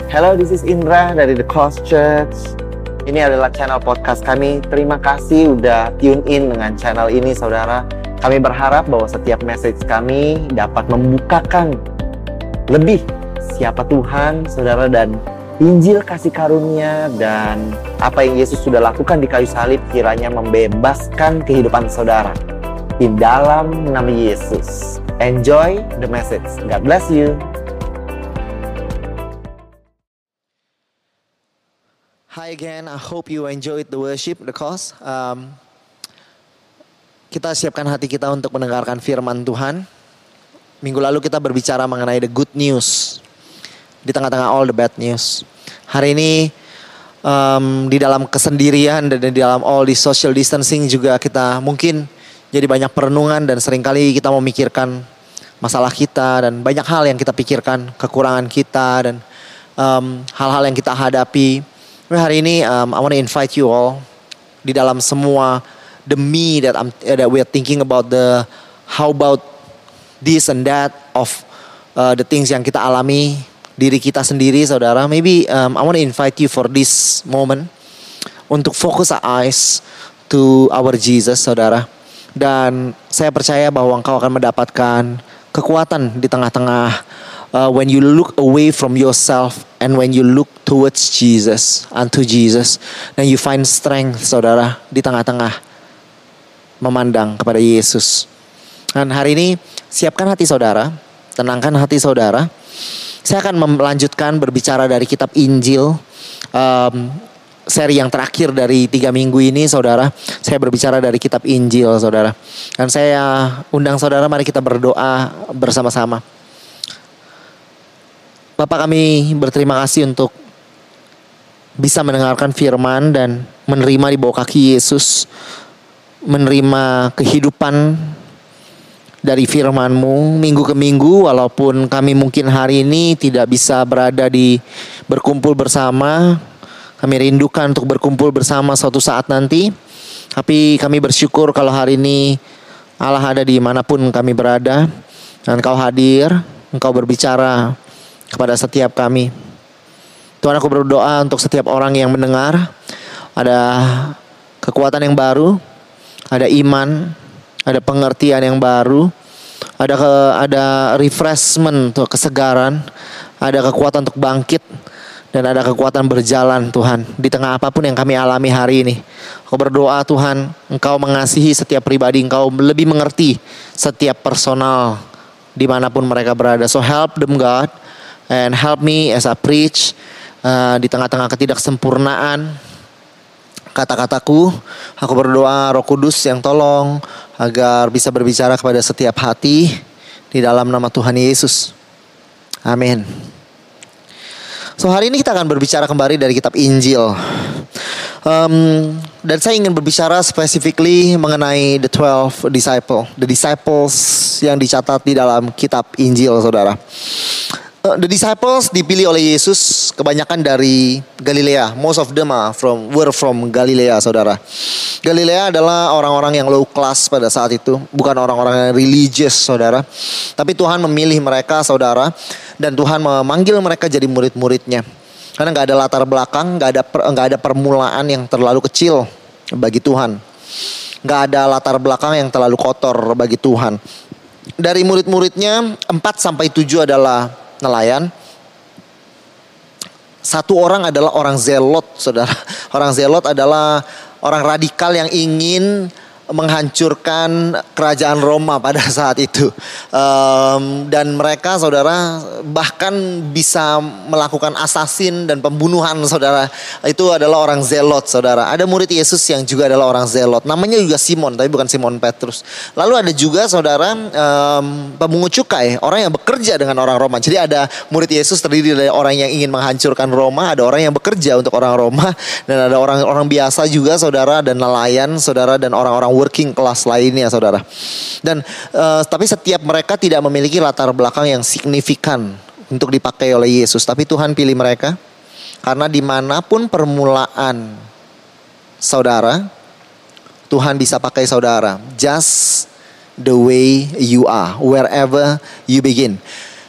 Hello, this is Indra dari The Cross Church. Ini adalah channel podcast kami. Terima kasih udah tune in dengan channel ini, saudara. Kami berharap bahwa setiap message kami dapat membukakan lebih siapa Tuhan, saudara, dan Injil kasih karunia dan apa yang Yesus sudah lakukan di kayu salib kiranya membebaskan kehidupan saudara. Di dalam nama Yesus. Enjoy the message. God bless you. Hi again, I hope you enjoyed the worship, the cause. Kita siapkan hati kita untuk mendengarkan firman Tuhan. Minggu lalu kita berbicara mengenai the good news di tengah-tengah all the bad news. Hari ini di dalam kesendirian dan di dalam all the social distancing juga kita mungkin jadi banyak perenungan dan seringkali kita memikirkan masalah kita dan banyak hal yang kita pikirkan, kekurangan kita dan hal-hal yang kita hadapi. Hari ini I want to invite you all di dalam semua the me that we are thinking about the how about this and that of the things yang kita alami diri kita sendiri, saudara. Maybe I want to invite you for this moment untuk focus our eyes to our Jesus, saudara. Dan saya percaya bahwa engkau akan mendapatkan kekuatan di tengah-tengah when you look away from yourself and when you look towards Jesus, unto Jesus, then you find strength, saudara, di tengah-tengah memandang kepada Yesus. Dan hari ini siapkan hati saudara, tenangkan hati saudara. Saya akan melanjutkan berbicara dari kitab Injil, seri yang terakhir dari 3 minggu ini, saudara. Saya berbicara dari kitab Injil, saudara. Dan saya undang saudara, mari kita berdoa bersama-sama. Bapak, kami berterima kasih untuk bisa mendengarkan firman dan menerima di bawah kaki Yesus, menerima kehidupan dari firman-Mu minggu ke minggu. Walaupun kami mungkin hari ini tidak bisa berkumpul bersama, kami rindukan untuk berkumpul bersama suatu saat nanti. Tapi kami bersyukur kalau hari ini Allah ada di manapun kami berada dan Engkau hadir, Engkau berbicara kepada setiap kami. Tuhan, aku berdoa untuk setiap orang yang mendengar, ada kekuatan yang baru, ada iman, ada pengertian yang baru, ada refreshment, kesegaran, ada kekuatan untuk bangkit, dan ada kekuatan berjalan, Tuhan, di tengah apapun yang kami alami hari ini. Aku berdoa, Tuhan, Engkau mengasihi setiap pribadi, Engkau lebih mengerti setiap personal dimanapun mereka berada. So help them, God, and help me as I preach di tengah-tengah ketidaksempurnaan kata-kataku. Aku berdoa Roh Kudus yang tolong agar bisa berbicara kepada setiap hati di dalam nama Tuhan Yesus. Amin. So hari ini kita akan berbicara kembali dari kitab Injil. Dan saya ingin berbicara specifically mengenai the 12 disciples yang dicatat di dalam kitab Injil, saudara. The disciples dipilih oleh Yesus kebanyakan dari Galilea. Most of them were from Galilea, saudara. Galilea adalah orang-orang yang low class pada saat itu, bukan orang-orang yang religious, saudara. Tapi Tuhan memilih mereka, saudara, dan Tuhan memanggil mereka jadi murid-muridnya. Karena nggak ada latar belakang, nggak ada permulaan yang terlalu kecil bagi Tuhan. Nggak ada latar belakang yang terlalu kotor bagi Tuhan. Dari murid-muridnya 4-7 adalah nelayan. 1 orang adalah orang zelot, saudara. Orang zelot adalah orang radikal yang ingin menghancurkan kerajaan Roma pada saat itu. Dan mereka, saudara, bahkan bisa melakukan asasin dan pembunuhan, saudara. Itu adalah orang zelot, saudara. Ada murid Yesus yang juga adalah orang zelot. Namanya juga Simon, tapi bukan Simon Petrus. Lalu ada juga, saudara, pemungut cukai, orang yang bekerja dengan orang Roma. Jadi ada murid Yesus terdiri dari orang yang ingin menghancurkan Roma, ada orang yang bekerja untuk orang Roma, dan ada orang-orang biasa juga, saudara, dan nelayan, saudara, dan orang-orang working class lainnya, saudara. Dan tapi setiap mereka tidak memiliki latar belakang yang signifikan untuk dipakai oleh Yesus. Tapi Tuhan pilih mereka karena dimanapun permulaan saudara, Tuhan bisa pakai saudara. Just the way you are, wherever you begin.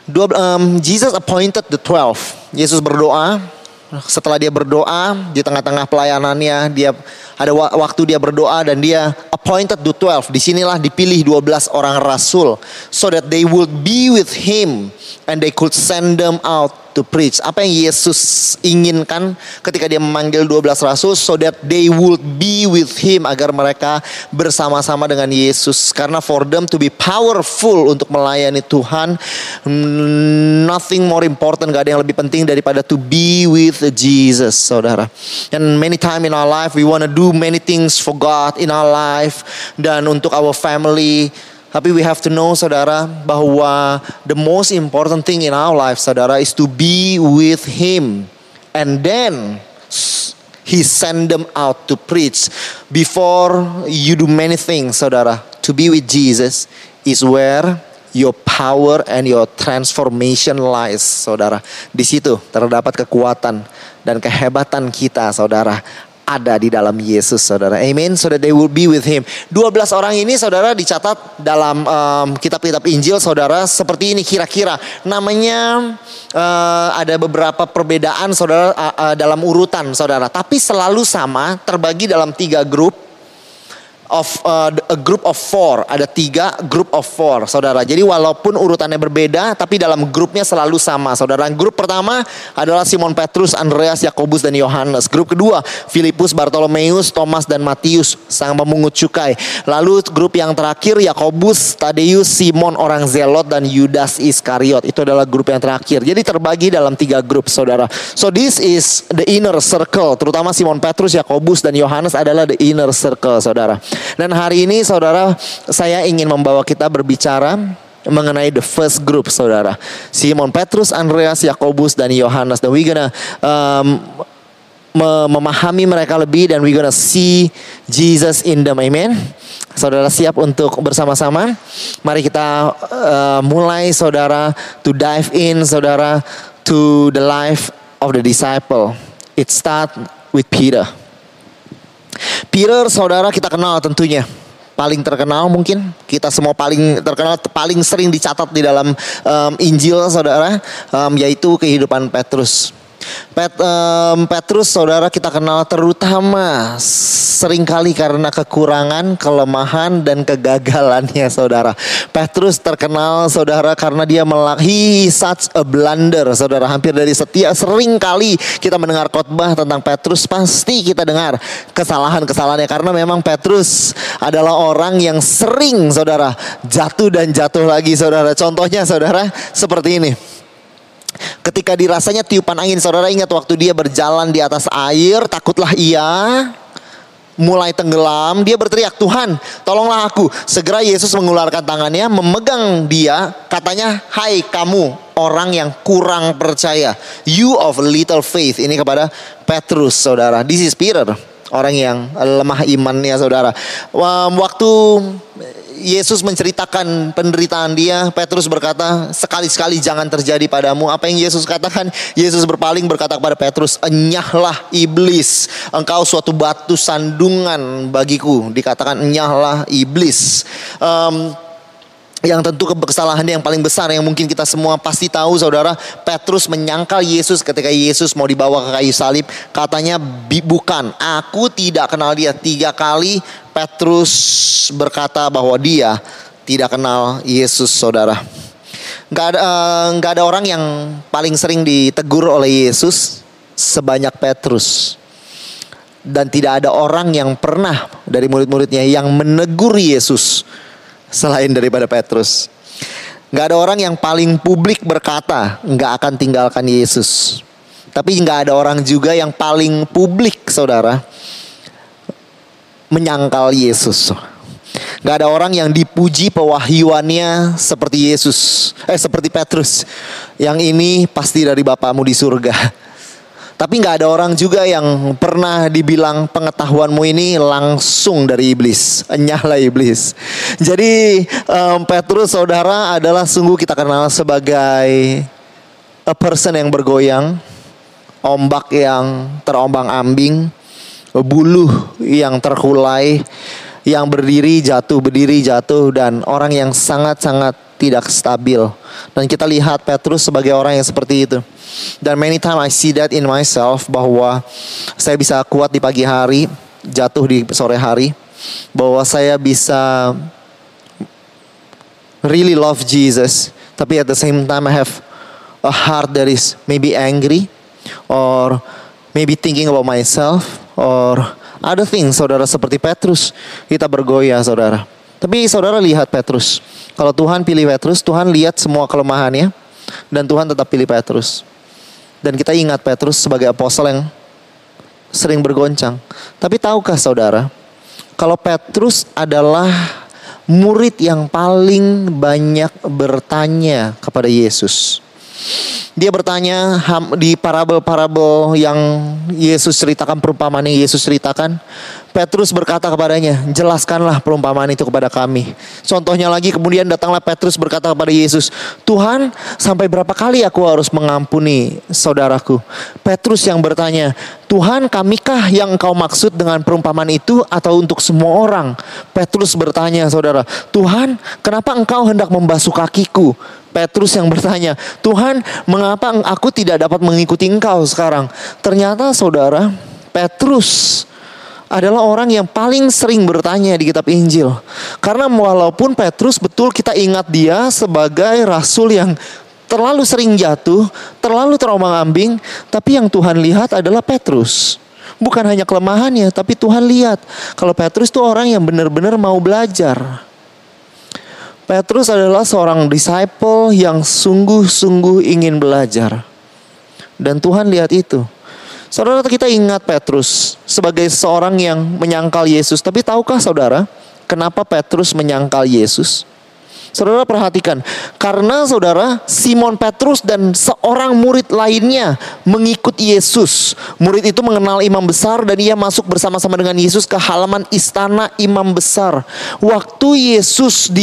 Jesus appointed the 12. Yesus berdoa. Setelah dia berdoa di tengah-tengah pelayanannya, dia ada waktu dia berdoa dan dia appointed the 12. Disinilah dipilih 12 orang rasul, so that they would be with him and they could send them out to preach. Apa yang Yesus inginkan ketika dia memanggil 12 rasul? So that they would be with him, agar mereka bersama-sama dengan Yesus. Karena for them to be powerful untuk melayani Tuhan, nothing more important, gak ada yang lebih penting daripada to be with Jesus, saudara. And many time in our life we wanna do many things for God in our life dan untuk our family. Tapi we have to know, saudara, bahwa the most important thing in our life, saudara, is to be with him. And then he send them out to preach. Before you do many things, saudara, to be with Jesus is where your power and your transformation lies, saudara. Di situ terdapat kekuatan dan kehebatan kita, saudara, ada di dalam Yesus, saudara. Amen. So that they will be with him. 12 orang ini, saudara, dicatat dalam kitab-kitab Injil, saudara, seperti ini kira-kira. Namanya ada beberapa perbedaan, saudara, dalam urutan, saudara. Tapi selalu sama, terbagi dalam 3 grup. A group of 4. Ada 3 group of 4, saudara. Jadi walaupun urutannya berbeda, tapi dalam grupnya selalu sama, saudara. Grup pertama adalah Simon Petrus, Andreas, Yakobus, dan Yohanes. Grup kedua, Filipus, Bartolomeus, Thomas, dan Matius, sang pemungut cukai. Lalu grup yang terakhir, Yakobus, Tadeus, Simon orang Zelot, dan Yudas Iskariot. Itu adalah grup yang terakhir. Jadi terbagi dalam 3 grup, saudara. So this is the inner circle. Terutama Simon Petrus, Yakobus, dan Yohanes adalah the inner circle, saudara. Dan hari ini, saudara, saya ingin membawa kita berbicara mengenai the first group, saudara. Simon Petrus, Andreas, Yakobus, dan Yohanes. Dan we gonna memahami mereka lebih, dan we gonna see Jesus in them. Amen. Saudara siap untuk bersama-sama? Mari kita mulai, saudara, to dive in, saudara, to the life of the disciple. It start with Peter. Peter, saudara, kita kenal tentunya. Paling terkenal mungkin. Kita semua paling terkenal, paling sering dicatat di dalam Injil, saudara. Yaitu kehidupan Petrus. Petrus, saudara, kita kenal terutama seringkali karena kekurangan, kelemahan, dan kegagalannya, saudara. Petrus terkenal, saudara, karena dia such a blunder, saudara. Hampir dari sering kali kita mendengar khotbah tentang Petrus, pasti kita dengar kesalahan-kesalahannya. Karena memang Petrus adalah orang yang sering, saudara, jatuh dan jatuh lagi, saudara. Contohnya, saudara, seperti ini. Ketika dirasanya tiupan angin, saudara, ingat waktu dia berjalan di atas air, takutlah ia mulai tenggelam. Dia berteriak, "Tuhan, tolonglah aku." Segera Yesus mengeluarkan tangannya, memegang dia, katanya, "Hai kamu orang yang kurang percaya, you of little faith." Ini kepada Petrus, saudara. This is Peter, orang yang lemah imannya, saudara. Waktu Yesus menceritakan penderitaan dia, Petrus berkata, "Sekali-sekali jangan terjadi padamu." Apa yang Yesus katakan? Yesus berpaling berkata kepada Petrus, "Enyahlah iblis, engkau suatu batu sandungan bagiku." Dikatakan enyahlah iblis. Yang tentu kesalahan yang paling besar yang mungkin kita semua pasti tahu, saudara. Petrus menyangkal Yesus ketika Yesus mau dibawa ke kayu salib. Katanya, "Bukan, aku tidak kenal dia." 3 kali Petrus berkata bahwa dia tidak kenal Yesus, saudara. Gak ada orang yang paling sering ditegur oleh Yesus sebanyak Petrus. Dan tidak ada orang yang pernah dari murid-muridnya yang menegur Yesus selain daripada Petrus. Gak ada orang yang paling publik berkata gak akan tinggalkan Yesus. Tapi gak ada orang juga yang paling publik, saudara, menyangkal Yesus. Gak ada orang yang dipuji pewahyuannya seperti Yesus, seperti Petrus. Yang ini pasti dari Bapamu di surga. Tapi gak ada orang juga yang pernah dibilang pengetahuanmu ini langsung dari iblis. Enyahlah iblis. Jadi Petrus, saudara, adalah sungguh kita kenal sebagai a person yang bergoyang, ombak yang terombang-ambing, buluh yang terkulai, yang berdiri jatuh, dan orang yang sangat-sangat tidak stabil. Dan kita lihat Petrus sebagai orang yang seperti itu. Dan many time I see that in myself, bahwa saya bisa kuat di pagi hari, jatuh di sore hari, bahwa saya bisa really love Jesus, tapi at the same time I have a heart that is maybe angry, or maybe thinking about myself, or other things. Saudara, seperti Petrus, kita bergoyah saudara. Tapi saudara lihat Petrus, kalau Tuhan pilih Petrus, Tuhan lihat semua kelemahannya, dan Tuhan tetap pilih Petrus. Dan kita ingat Petrus sebagai apostel yang sering bergoncang. Tapi tahukah saudara, kalau Petrus adalah murid yang paling banyak bertanya kepada Yesus. Dia bertanya di parabel-parabel yang Yesus ceritakan, perumpamaan yang Yesus ceritakan. Petrus berkata kepadanya, jelaskanlah perumpamaan itu kepada kami. Contohnya lagi, kemudian datanglah Petrus berkata kepada Yesus, Tuhan, sampai berapa kali aku harus mengampuni saudaraku? Petrus yang bertanya, Tuhan, kamikah yang engkau maksud dengan perumpamaan itu, atau untuk semua orang? Petrus bertanya saudara, Tuhan, kenapa engkau hendak membasuh kakiku? Petrus yang bertanya, Tuhan, mengapa aku tidak dapat mengikuti engkau sekarang? Ternyata saudara, Petrus adalah orang yang paling sering bertanya di kitab Injil. Karena walaupun Petrus, betul kita ingat dia sebagai rasul yang terlalu sering jatuh, terlalu trauma-ambing, tapi yang Tuhan lihat adalah Petrus. Bukan hanya kelemahannya, tapi Tuhan lihat kalau Petrus itu orang yang benar-benar mau belajar. Petrus adalah seorang disciple yang sungguh-sungguh ingin belajar. Dan Tuhan lihat itu. Saudara, kita ingat Petrus sebagai seorang yang menyangkal Yesus. Tapi tahukah saudara, kenapa Petrus menyangkal Yesus? Saudara perhatikan, karena saudara, Simon Petrus dan seorang murid lainnya mengikut Yesus. Murid itu mengenal imam besar dan ia masuk bersama-sama dengan Yesus ke halaman istana imam besar. Waktu Yesus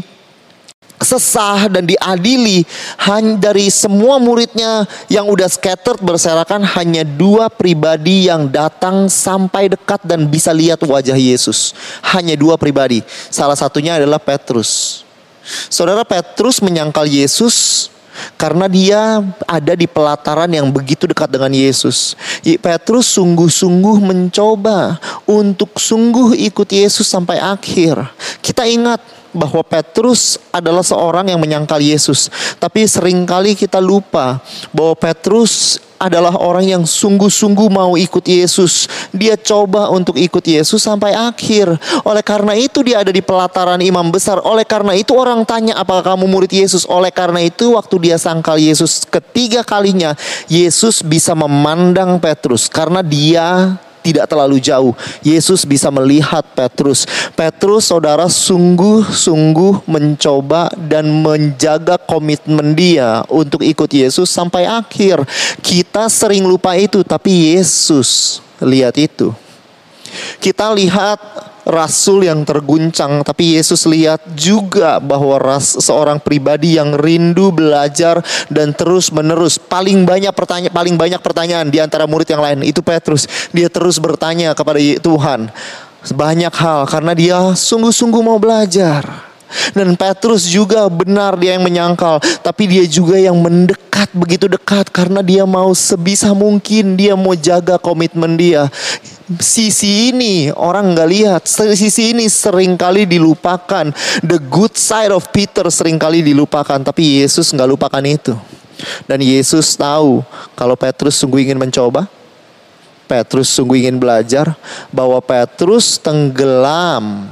sesah dan diadili, hanya dari semua muridnya yang udah scattered berserakan, hanya 2 pribadi yang datang sampai dekat dan bisa lihat wajah Yesus. Hanya 2 pribadi. Salah satunya adalah Petrus. Saudara, Petrus menyangkal Yesus karena dia ada di pelataran yang begitu dekat dengan Yesus. Petrus sungguh-sungguh mencoba untuk sungguh ikut Yesus sampai akhir. Kita ingat bahwa Petrus adalah seorang yang menyangkal Yesus. Tapi seringkali kita lupa bahwa Petrus adalah orang yang sungguh-sungguh mau ikut Yesus. Dia coba untuk ikut Yesus sampai akhir. Oleh karena itu dia ada di pelataran imam besar. Oleh karena itu orang tanya, apakah kamu murid Yesus? Oleh karena itu waktu dia sangkal Yesus ketiga kalinya, Yesus bisa memandang Petrus karena dia tidak terlalu jauh. Yesus bisa melihat Petrus. Petrus, saudara, sungguh-sungguh mencoba dan menjaga komitmen dia untuk ikut Yesus sampai akhir. Kita sering lupa itu, tapi Yesus lihat itu. Kita lihat rasul yang terguncang, tapi Yesus lihat juga bahwa seorang pribadi yang rindu belajar dan terus menerus. Paling banyak pertanyaan di antara murid yang lain itu Petrus. Dia terus bertanya kepada Tuhan banyak hal karena dia sungguh-sungguh mau belajar. Dan Petrus juga benar, dia yang menyangkal, tapi dia juga yang mendekat, begitu dekat, karena dia mau sebisa mungkin, dia mau jaga komitmen dia. Sisi ini orang gak lihat, sisi ini seringkali dilupakan. The good side of Peter seringkali dilupakan, tapi Yesus gak lupakan itu. Dan Yesus tahu kalau Petrus sungguh ingin mencoba, Petrus sungguh ingin belajar, bahwa Petrus tenggelam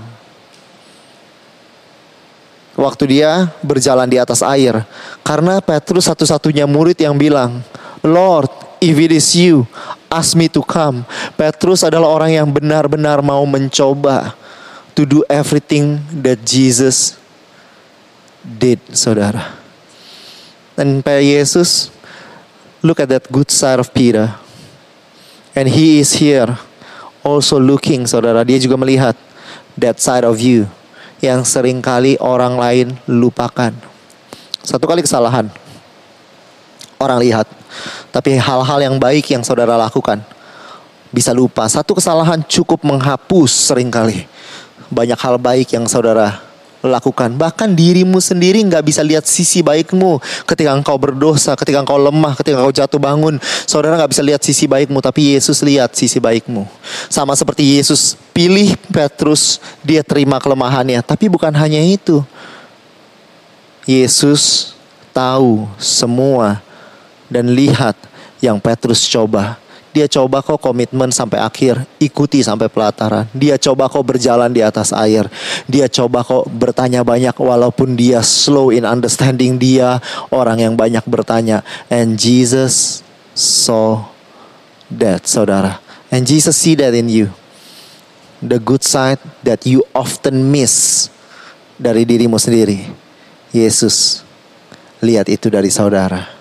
waktu dia berjalan di atas air. Karena Petrus satu-satunya murid yang bilang, Lord, if it is you, ask me to come. Petrus adalah orang yang benar-benar mau mencoba to do everything that Jesus did, saudara. Dan Yesus, look at that good side of Peter. And he is here also looking, saudara. Dia juga melihat that side of you yang seringkali orang lain lupakan. Satu kali kesalahan orang lihat, tapi hal-hal yang baik yang saudara lakukan bisa lupa. Satu kesalahan cukup menghapus seringkali banyak hal baik yang saudara lakukan. Bahkan dirimu sendiri gak bisa lihat sisi baikmu ketika engkau berdosa, ketika engkau lemah, ketika engkau jatuh bangun. Saudara gak bisa lihat sisi baikmu, tapi Yesus lihat sisi baikmu. Sama seperti Yesus pilih Petrus, dia terima kelemahannya. Tapi bukan hanya itu. Yesus tahu semua dan lihat yang Petrus coba. Dia coba kok komitmen sampai akhir, ikuti sampai pelataran. Dia coba kok berjalan di atas air. Dia coba kok bertanya banyak walaupun dia slow in understanding, dia orang yang banyak bertanya. And Jesus saw that, saudara. And Jesus see that in you. The good side that you often miss dari dirimu sendiri. Yesus lihat itu dari saudara.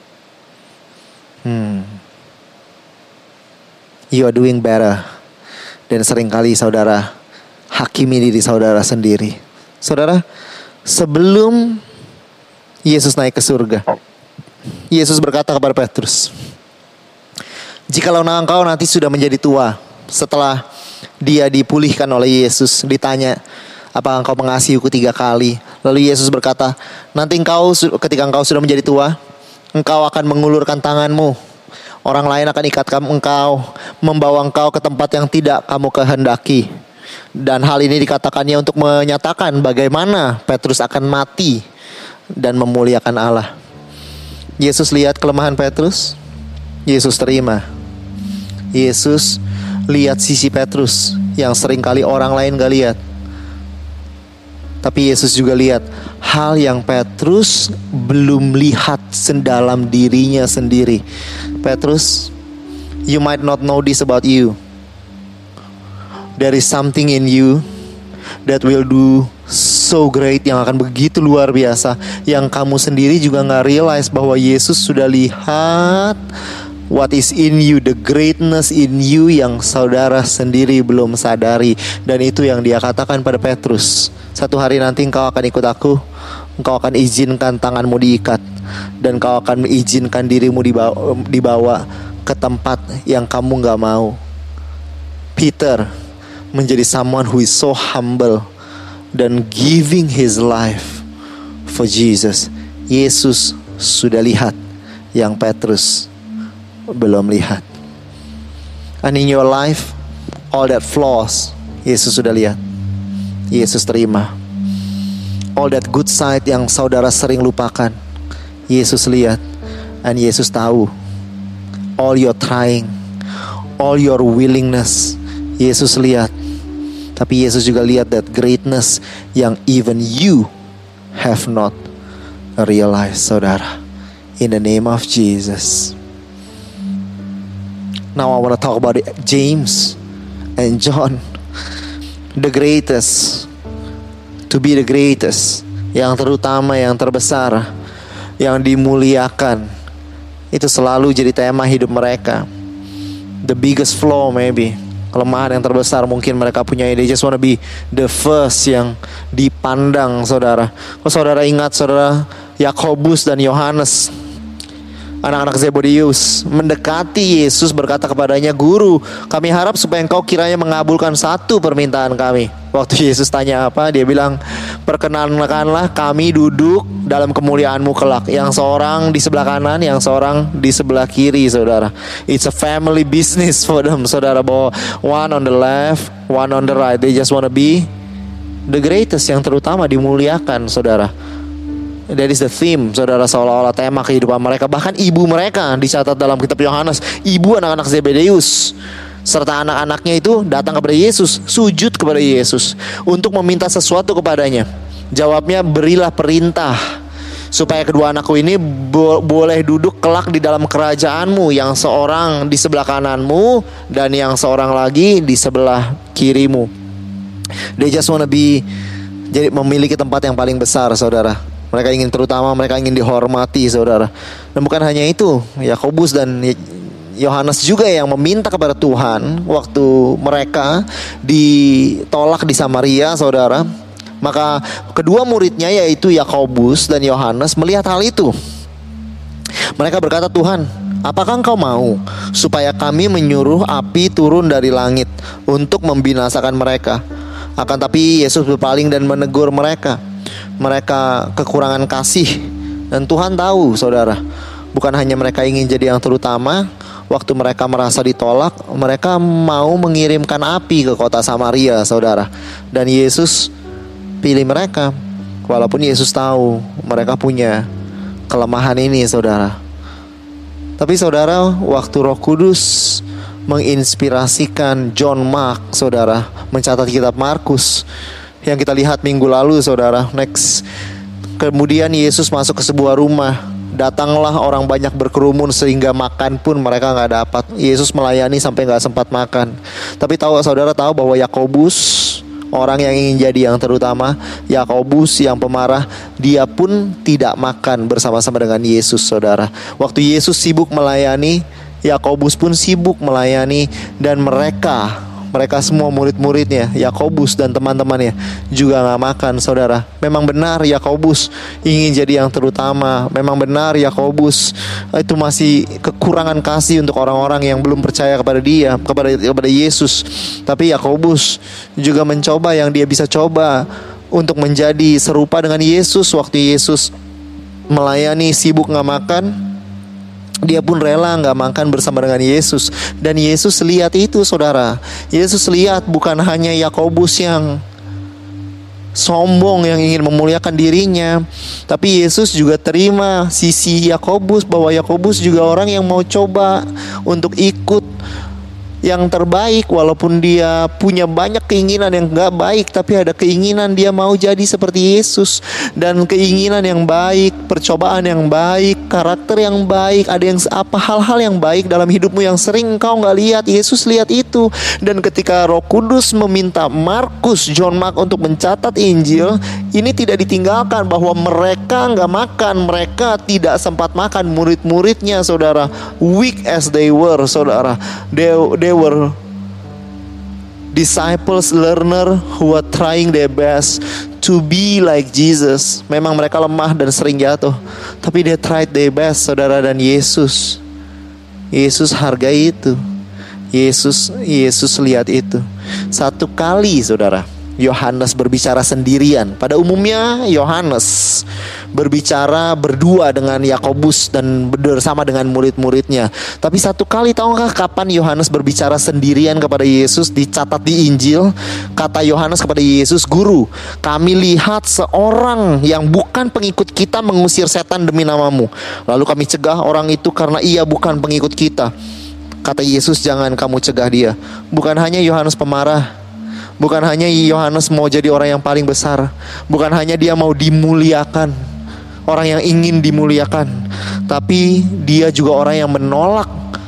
You are doing better. Dan seringkali saudara hakimi diri saudara sendiri. Saudara, sebelum Yesus naik ke surga, Yesus berkata kepada Petrus, jikalau engkau nanti sudah menjadi tua, setelah dia dipulihkan oleh Yesus, ditanya, apakah engkau mengasihiku 3 kali? Lalu Yesus berkata, nanti ketika engkau sudah menjadi tua, engkau akan mengulurkan tanganmu. Orang lain akan ikat engkau, membawa engkau ke tempat yang tidak kamu kehendaki. Dan hal ini dikatakannya untuk menyatakan bagaimana Petrus akan mati dan memuliakan Allah. Yesus lihat kelemahan Petrus, Yesus terima. Yesus lihat sisi Petrus yang seringkali orang lain gak lihat. Tapi Yesus juga lihat hal yang Petrus belum lihat dalam dirinya sendiri. Petrus, you might not know this about you. There is something in you that will do so great, yang akan begitu luar biasa, yang kamu sendiri juga gak realize bahwa Yesus sudah lihat what is in you, the greatness in you yang saudara sendiri belum sadari. Dan itu yang dia katakan pada Petrus. Satu hari nanti engkau akan ikut aku, engkau akan izinkan tanganmu diikat, dan engkau akan izinkan dirimu dibawa ke tempat yang kamu gak mau. Peter menjadi someone who is so humble dan giving his life for Jesus. Yesus sudah lihat yang Petrus belum lihat. And in your life, all that flaws, Yesus sudah lihat. Yesus terima. All that good side yang saudara sering lupakan, Yesus lihat. And Yesus tahu. All your trying, all your willingness, Yesus lihat. Tapi Yesus juga lihat that greatness yang even you have not realized, saudara. In the name of Jesus. Now I want to talk about James and John. The greatest, to be the greatest, yang terutama, yang terbesar, yang dimuliakan, itu selalu jadi tema hidup mereka. The biggest flaw maybe, kelemahan yang terbesar mungkin mereka punya. They just want to be the first yang dipandang, saudara. Kalau saudara ingat, saudara, Yakobus dan Yohanes, anak-anak Zebedeus, mendekati Yesus, berkata kepadanya, Guru, kami harap supaya engkau kiranya mengabulkan satu permintaan kami. Waktu Yesus tanya apa, dia bilang, perkenankanlah kami duduk dalam kemuliaanmu kelak. Yang seorang di sebelah kanan, yang seorang di sebelah kiri, saudara. It's a family business for them, saudara. Bahwa one on the left, one on the right. They just want to be the greatest, yang terutama dimuliakan, saudara. That is the theme, saudara, seolah-olah tema kehidupan mereka. Bahkan ibu mereka dicatat dalam kitab Yohanes. Ibu anak-anak Zebedeus serta anak-anaknya itu datang kepada Yesus, sujud kepada Yesus untuk meminta sesuatu kepadanya. Jawabnya, berilah perintah supaya kedua anakku ini boleh duduk kelak di dalam kerajaanmu, yang seorang di sebelah kananmu dan yang seorang lagi di sebelah kirimu. They just wanna be, jadi memiliki tempat yang paling besar, saudara. Mereka ingin, terutama mereka ingin dihormati, saudara. Dan bukan hanya itu, Yakobus dan Yohanes juga yang meminta kepada Tuhan waktu mereka ditolak di Samaria, saudara. Maka kedua muridnya, yaitu Yakobus dan Yohanes, melihat hal itu. Mereka berkata, Tuhan, apakah engkau mau supaya kami menyuruh api turun dari langit untuk membinasakan mereka? Akan tapi Yesus berpaling dan menegur mereka. mereka kekurangan kasih. Dan Tuhan tahu, saudara, bukan hanya mereka ingin jadi yang terutama. Waktu mereka merasa ditolak, mereka mau mengirimkan api ke kota Samaria, saudara. Dan Yesus pilih mereka, walaupun Yesus tahu mereka punya kelemahan ini, saudara. Tapi saudara, waktu Roh Kudus menginspirasikan John Mark, saudara, mencatat kitab Markus yang kita lihat minggu lalu, saudara. Next, kemudian Yesus masuk ke sebuah rumah. Datanglah orang banyak berkerumun sehingga makan pun mereka nggak dapat. Yesus melayani sampai nggak sempat makan. Tapi saudara tahu bahwa Yakobus, orang yang ingin jadi yang terutama, Yakobus yang pemarah, dia pun tidak makan bersama-sama dengan Yesus, saudara. Waktu Yesus sibuk melayani, Yakobus pun sibuk melayani. Dan mereka semua murid-muridnya, Yakobus dan teman-temannya juga gak makan, saudara. Memang benar Yakobus ingin jadi yang terutama. Memang benar Yakobus itu masih kekurangan kasih untuk orang-orang yang belum percaya kepada dia, kepada Yesus. Tapi Yakobus juga mencoba yang dia bisa coba untuk menjadi serupa dengan Yesus. Waktu Yesus melayani sibuk gak makan, dia pun rela gak makan bersama dengan Yesus. Dan Yesus lihat itu, saudara. Yesus lihat bukan hanya Yakobus yang sombong, yang ingin memuliakan dirinya, tapi Yesus juga terima sisi Yakobus, bahwa Yakobus juga orang yang mau coba untuk ikut yang terbaik. Walaupun dia punya banyak keinginan yang gak baik, tapi ada keinginan dia mau jadi seperti Yesus. Dan keinginan yang baik, percobaan yang baik, karakter yang baik, ada yang hal-hal yang baik dalam hidupmu yang sering kau gak lihat, Yesus lihat itu. Dan ketika Roh Kudus meminta Markus, John Mark untuk mencatat Injil, ini tidak ditinggalkan bahwa mereka gak makan, mereka tidak sempat makan. Murid-muridnya, saudara, weak as they were, saudara, they were disciples, learner who were trying their best to be like Jesus. Memang mereka lemah dan sering jatuh, tapi they tried their best, saudara. Dan Yesus hargai itu. Yesus lihat itu. Satu kali, saudara, Yohanes berbicara sendirian. Pada umumnya Yohanes berbicara berdua dengan Yakobus dan bersama dengan murid-muridnya. Tapi satu kali, tahukah kapan Yohanes berbicara sendirian kepada Yesus? Dicatat di Injil. Kata Yohanes kepada Yesus, "Guru, kami lihat seorang yang bukan pengikut kita mengusir setan demi namamu. Lalu kami cegah orang itu karena ia bukan pengikut kita." Kata Yesus, "Jangan kamu cegah dia." Bukan hanya Yohanes pemarah, bukan hanya Yohanes mau jadi orang yang paling besar, bukan hanya dia mau dimuliakan, orang yang ingin dimuliakan, tapi dia juga orang yang menolak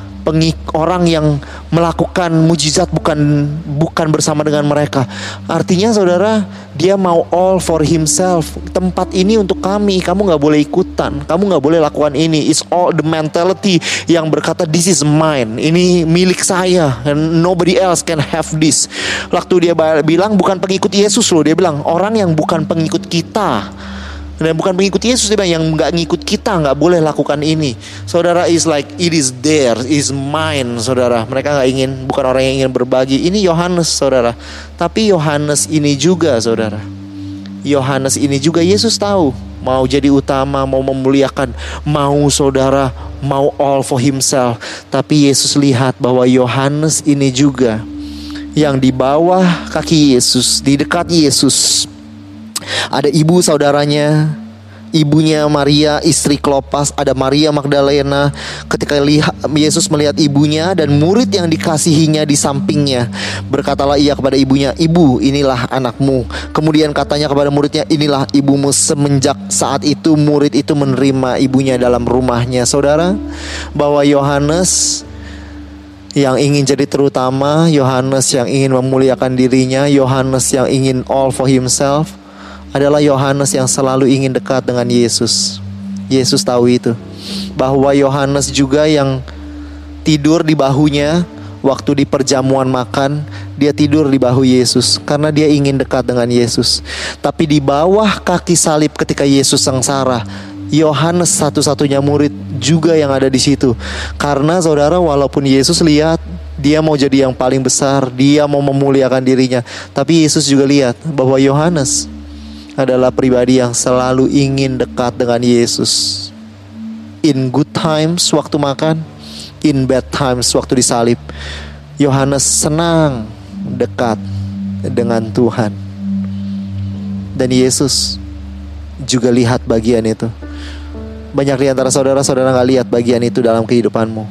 orang yang melakukan mujizat bukan bersama dengan mereka. Artinya, saudara, dia mau all for himself. Tempat ini untuk kami, kamu gak boleh ikutan, kamu gak boleh lakukan ini. It's all the mentality yang berkata this is mine, ini milik saya, and nobody else can have this. Waktu dia bilang bukan pengikut Yesus loh, dia bilang orang yang bukan pengikut kita dan bukan pengikut Yesus, dia bilang yang gak ngikut kita gak boleh lakukan ini. Saudara, is like it is there, is mine, saudara. Mereka gak ingin, bukan orang yang ingin berbagi. Ini Yohanes, saudara. Tapi Yohanes ini juga, saudara, Yohanes ini juga Yesus tahu mau jadi utama, mau memuliakan, mau, saudara, mau all for himself. Tapi Yesus lihat bahwa Yohanes ini juga yang di bawah kaki Yesus, di dekat Yesus, ada ibu saudaranya, ibunya Maria istri Klopas, ada Maria Magdalena. Ketika Yesus melihat ibunya dan murid yang dikasihinya di sampingnya, berkatalah ia kepada ibunya, "Ibu, inilah anakmu." Kemudian katanya kepada muridnya, "Inilah ibumu." Semenjak saat itu murid itu menerima ibunya dalam rumahnya. Saudara, bahwa Yohanes yang ingin jadi terutama, Yohanes yang ingin memuliakan dirinya, Yohanes yang ingin all for himself, adalah Yohanes yang selalu ingin dekat dengan Yesus. Yesus tahu itu, bahwa Yohanes juga yang tidur di bahunya waktu di perjamuan makan. Dia tidur di bahu Yesus karena dia ingin dekat dengan Yesus. Tapi di bawah kaki salib ketika Yesus sengsara, Yohanes satu-satunya murid juga yang ada di situ. Karena, saudara, walaupun Yesus lihat dia mau jadi yang paling besar, dia mau memuliakan dirinya, tapi Yesus juga lihat bahwa Yohanes adalah pribadi yang selalu ingin dekat dengan Yesus. In good times waktu makan, in bad times waktu disalib, Yohanes senang dekat dengan Tuhan. Dan Yesus juga lihat bagian itu. Banyak di antara saudara-saudara gak lihat bagian itu dalam kehidupanmu.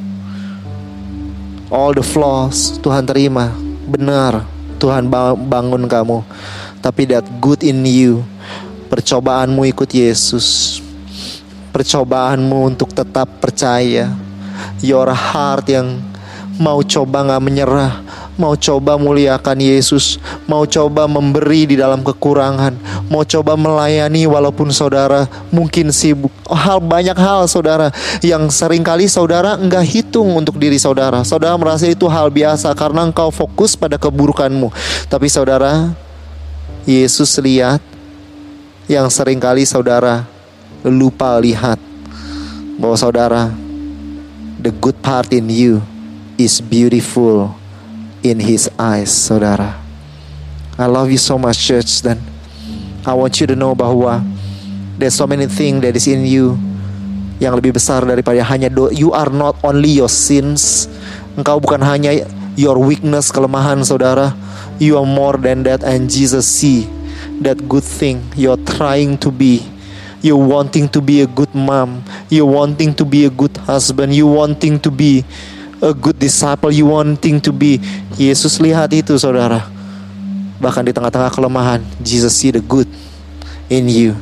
All the flaws Tuhan terima, benar, Tuhan bangun kamu. Tapi that good in you, percobaanmu ikut Yesus, percobaanmu untuk tetap percaya, your heart yang mau coba gak menyerah, mau coba muliakan Yesus, mau coba memberi di dalam kekurangan, mau coba melayani walaupun saudara mungkin sibuk. Banyak hal saudara yang seringkali saudara enggak hitung untuk diri saudara. Saudara merasa itu hal biasa karena engkau fokus pada keburukanmu. Tapi saudara, Yesus lihat yang seringkali saudara lupa lihat, bahwa saudara, the good part in you is beautiful in His eyes, saudara. I love you so much, church. Dan I want you to know bahwa there's so many things that is in you yang lebih besar daripada hanya you are not only your sins. Engkau bukan hanya your weakness, kelemahan, saudara. You are more than that, and Jesus see that good thing you're trying to be. You wanting to be a good mom, you wanting to be a good husband, you wanting to be a good disciple, you wanting to be. Yesus lihat itu, saudara. Bahkan di tengah-tengah kelemahan, Jesus see the good in you.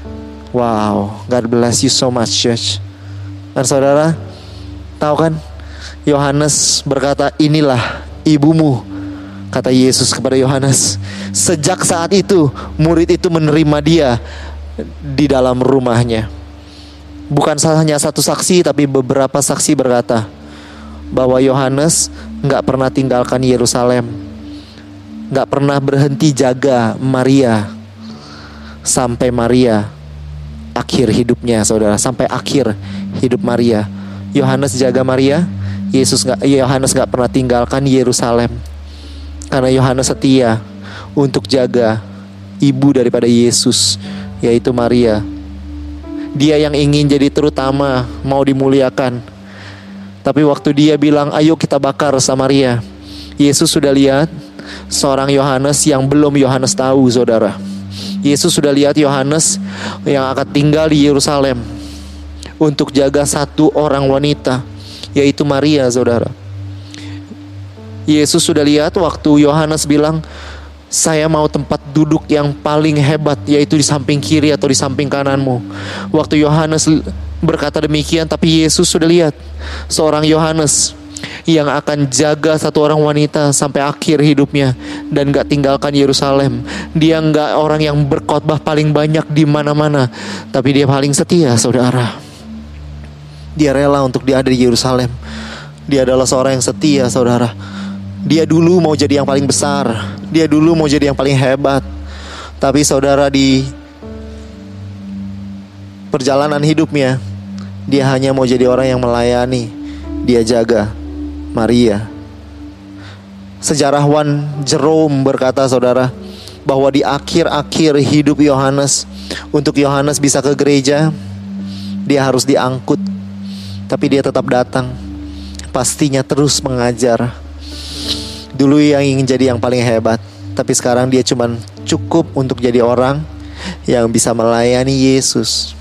Wow, God bless you so much, church. Dan saudara, tahu kan, Yohanes berkata, inilah ibumu, kata Yesus kepada Yohanes. Sejak saat itu, murid itu menerima dia di dalam rumahnya. Bukan hanya satu saksi, tapi beberapa saksi berkata bahwa Yohanes gak pernah tinggalkan Yerusalem, gak pernah berhenti jaga Maria sampai Maria akhir hidupnya, saudara. Sampai akhir hidup Maria, Yohanes jaga Maria. Yohanes gak pernah tinggalkan Yerusalem, karena Yohanes setia untuk jaga ibu daripada Yesus, yaitu Maria. Dia yang ingin jadi terutama, mau dimuliakan. Tapi waktu dia bilang, ayo kita bakar Samaria, Yesus sudah lihat seorang Yohanes yang belum Yohanes tahu, saudara. Yesus sudah lihat Yohanes yang akan tinggal di Yerusalem untuk jaga satu orang wanita, yaitu Maria, saudara. Yesus sudah lihat waktu Yohanes bilang, saya mau tempat duduk yang paling hebat, yaitu di samping kiri atau di samping kananmu. Waktu Yohanes berkata demikian, tapi Yesus sudah lihat seorang Yohanes yang akan jaga satu orang wanita sampai akhir hidupnya dan gak tinggalkan Yerusalem. Dia gak orang yang berkhotbah paling banyak di mana-mana, tapi dia paling setia, saudara. Dia rela untuk dia ada di Yerusalem. Dia adalah seorang yang setia, saudara. Dia dulu mau jadi yang paling besar, dia dulu mau jadi yang paling hebat. Tapi saudara, di perjalanan hidupnya, dia hanya mau jadi orang yang melayani. Dia jaga Maria. Sejarawan Jerome berkata, saudara, bahwa di akhir-akhir hidup Yohanes, untuk Yohanes bisa ke gereja, dia harus diangkut. Tapi dia tetap datang. Pastinya terus mengajar. Dulu yang ingin jadi yang paling hebat, tapi sekarang dia cuman cukup untuk jadi orang yang bisa melayani Yesus.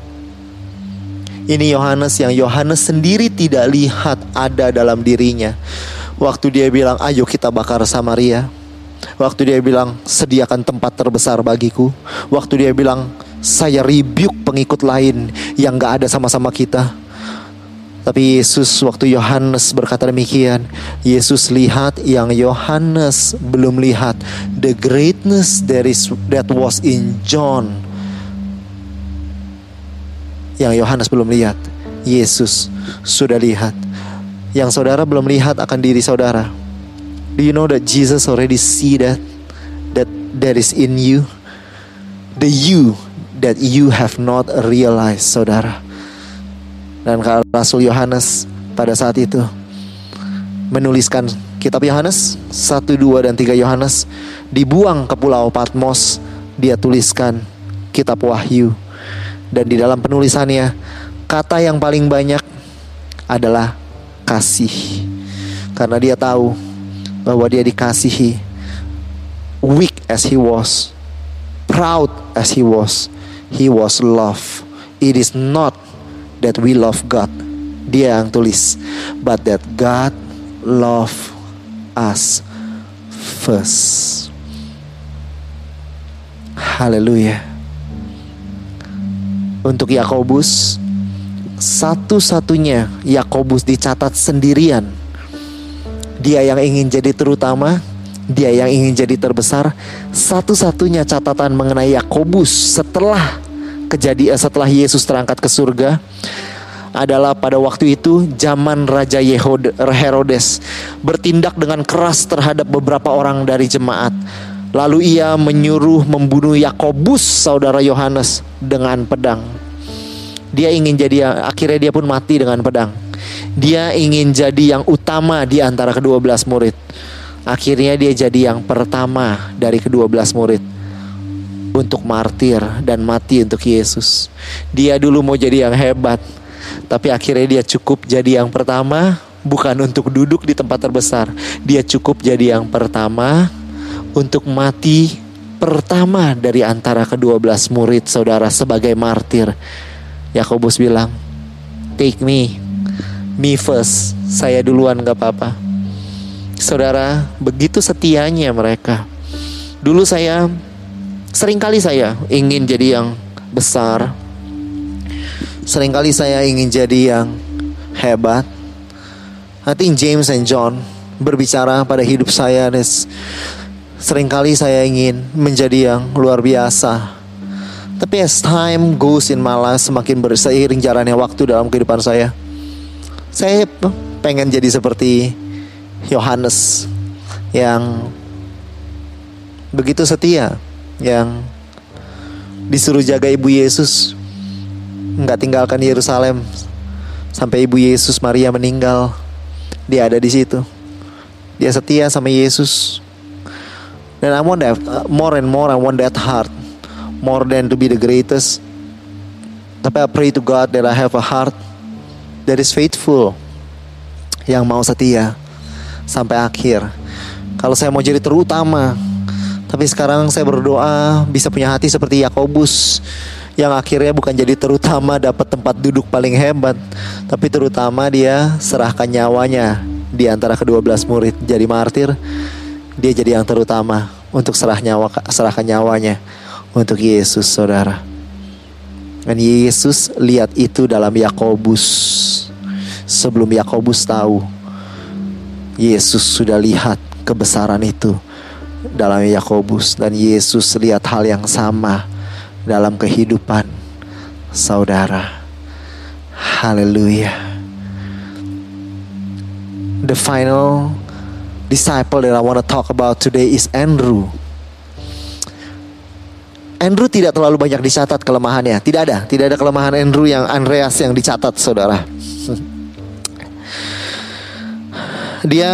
Ini Yohanes yang Yohanes sendiri tidak lihat ada dalam dirinya. Waktu dia bilang, ayo kita bakar Samaria. Waktu dia bilang, sediakan tempat terbesar bagiku. Waktu dia bilang, saya rebuke pengikut lain yang gak ada sama-sama kita. Tapi Yesus, waktu Yohanes berkata demikian, Yesus lihat yang Yohanes belum lihat. The greatness that was in John, yang Yohanes belum lihat, Yesus sudah lihat. Yang saudara belum lihat akan diri saudara. Do you know that Jesus already see that is in you? The you that you have not realized, saudara. Dan Rasul Yohanes pada saat itu menuliskan kitab Yohanes 1, 2, dan 3 Yohanes, dibuang ke pulau Patmos. Dia tuliskan kitab Wahyu. Dan di dalam penulisannya, kata yang paling banyak adalah kasih. Karena dia tahu bahwa dia dikasihi. Weak as he was, proud as he was loved. It is not that we love God, dia yang tulis, but that God love us first. Haleluya. Untuk Yakobus, satu-satunya Yakobus dicatat sendirian. Dia yang ingin jadi terutama, dia yang ingin jadi terbesar. Satu-satunya catatan mengenai Yakobus setelah setelah Yesus terangkat ke surga adalah pada waktu itu zaman Raja Herodes bertindak dengan keras terhadap beberapa orang dari jemaat. Lalu ia menyuruh membunuh Yakobus, saudara Yohanes, dengan pedang. Dia ingin akhirnya dia pun mati dengan pedang. Dia ingin jadi yang utama di antara ke-12 murid. Akhirnya dia jadi yang pertama dari ke-12 murid untuk martir dan mati untuk Yesus. Dia dulu mau jadi yang hebat, tapi akhirnya dia cukup jadi yang pertama, bukan untuk duduk di tempat terbesar. Dia cukup jadi yang pertama untuk mati pertama dari antara ke-12 murid, saudara, sebagai martir. Yakobus bilang, take me first, saya duluan gak apa-apa. Saudara, begitu setianya mereka. Dulu seringkali saya ingin jadi yang besar, seringkali saya ingin jadi yang hebat. I think James and John berbicara pada hidup saya. Seringkali saya ingin menjadi yang luar biasa. Tapi as time goes in my life, semakin berseiring jalannya waktu dalam kehidupan saya pengen jadi seperti Yohanes yang begitu setia, yang disuruh jaga ibu Yesus, nggak tinggalkan Yerusalem sampai ibu Yesus Maria meninggal. Dia ada di situ. Dia setia sama Yesus. Dan I want that more and more. I want that heart more than to be the greatest. Tapi I pray to God that I have a heart that is faithful, yang mau setia sampai akhir. Kalau saya mau jadi terutama, tapi sekarang saya berdoa bisa punya hati seperti Yakobus, yang akhirnya bukan jadi terutama dapat tempat duduk paling hebat, tapi terutama dia serahkan nyawanya di antara ke-12 murid jadi martir. Dia jadi yang terutama untuk serahkan nyawanya untuk Yesus, saudara. Dan Yesus lihat itu dalam Yakobus. Sebelum Yakobus tahu, Yesus sudah lihat kebesaran itu dalam Yakobus. Dan Yesus lihat hal yang sama dalam kehidupan saudara. Haleluya. The final disciple that I want to talk about today is Andrew. Andrew tidak terlalu banyak dicatat kelemahannya. Tidak ada kelemahan Andreas yang dicatat, saudara. Dia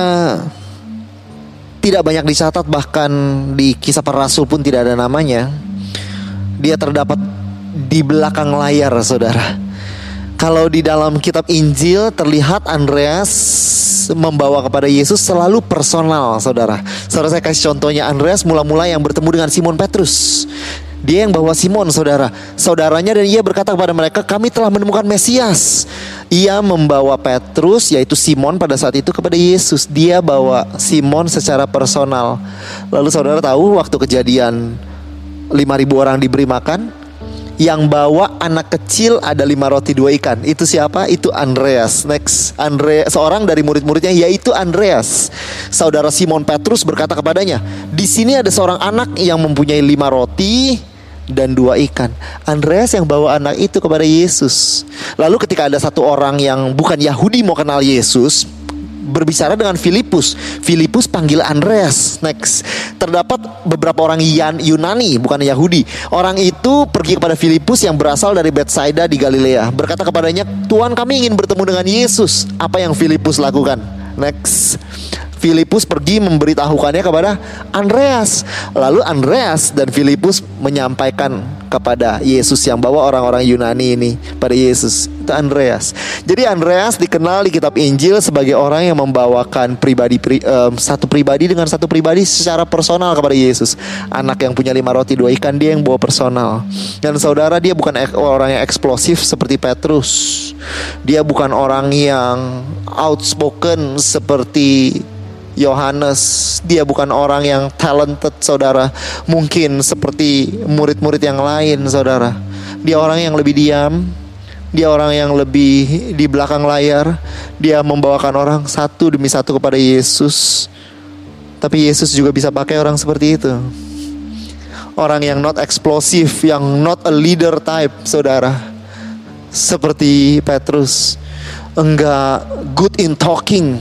tidak banyak dicatat, bahkan di Kisah Para Rasul pun tidak ada namanya. Dia terdapat di belakang layar, saudara. Kalau di dalam kitab Injil terlihat Andreas membawa kepada Yesus selalu personal, saudara. Saudara, saya kasih contohnya. Andreas mula-mula yang bertemu dengan Simon Petrus. Dia yang bawa Simon, saudaranya, dan ia berkata kepada mereka, kami telah menemukan Mesias. Ia membawa Petrus, yaitu Simon pada saat itu, kepada Yesus. Dia bawa Simon secara personal. Lalu saudara tahu waktu kejadian 5.000 orang diberi makan, yang bawa anak kecil ada 5 roti 2 ikan. Itu siapa? Itu Andreas. Next, seorang dari murid-muridnya, yaitu Andreas. Saudara Simon Petrus berkata kepadanya, di sini ada seorang anak yang mempunyai 5 roti dan 2 ikan. Andreas yang bawa anak itu kepada Yesus. Lalu ketika ada satu orang yang bukan Yahudi mau kenal Yesus, berbicara dengan Filipus. Filipus panggil Andreas. Next, terdapat beberapa orang Yunani, bukan Yahudi. Orang itu pergi kepada Filipus yang berasal dari Betsaida di Galilea, berkata kepadanya, Tuhan, kami ingin bertemu dengan Yesus. Apa yang Filipus lakukan? Next, Filipus pergi memberitahukannya kepada Andreas. Lalu Andreas dan Filipus menyampaikan kepada Yesus, yang bawa orang-orang Yunani ini pada Yesus. Itu Andreas. Jadi Andreas dikenal di kitab Injil sebagai orang yang membawakan satu pribadi dengan satu pribadi secara personal kepada Yesus. Anak yang punya 5 roti 2 ikan, dia yang bawa personal. Dan saudara, dia bukan orang yang eksplosif seperti Petrus. Dia bukan orang yang outspoken seperti Yohanes. Dia bukan orang yang talented, saudara, mungkin seperti murid-murid yang lain, saudara. Dia orang yang lebih diam. Dia orang yang lebih di belakang layar. Dia membawakan orang satu demi satu kepada Yesus. Tapi Yesus juga bisa pakai orang seperti itu. Orang yang not eksplosif, yang not a leader type, saudara. Seperti Petrus, enggak good in talking.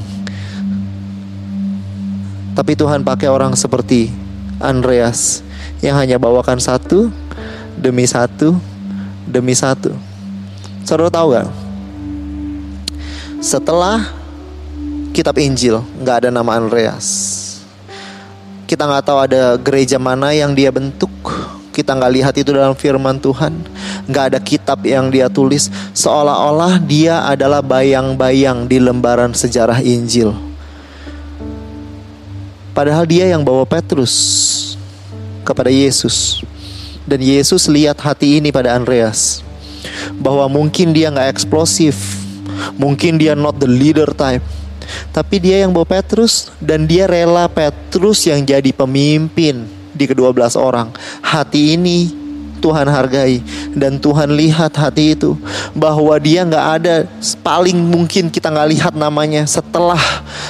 Tapi Tuhan pakai orang seperti Andreas, yang hanya bawakan satu demi satu demi satu. Saudara tahu gak? Setelah kitab Injil gak ada nama Andreas. Kita gak tahu ada gereja mana yang dia bentuk. Kita gak lihat itu dalam firman Tuhan. Gak ada kitab yang dia tulis. Seolah-olah dia adalah bayang-bayang di lembaran sejarah Injil. Padahal dia yang bawa Petrus kepada Yesus. Dan Yesus lihat hati ini pada Andreas, bahwa mungkin dia gak eksplosif, mungkin dia not the leader type, tapi dia yang bawa Petrus. Dan dia rela Petrus yang jadi pemimpin di ke-12 orang. Hati ini Tuhan hargai. Dan Tuhan lihat hati itu, bahwa dia gak ada, paling mungkin kita gak lihat namanya setelah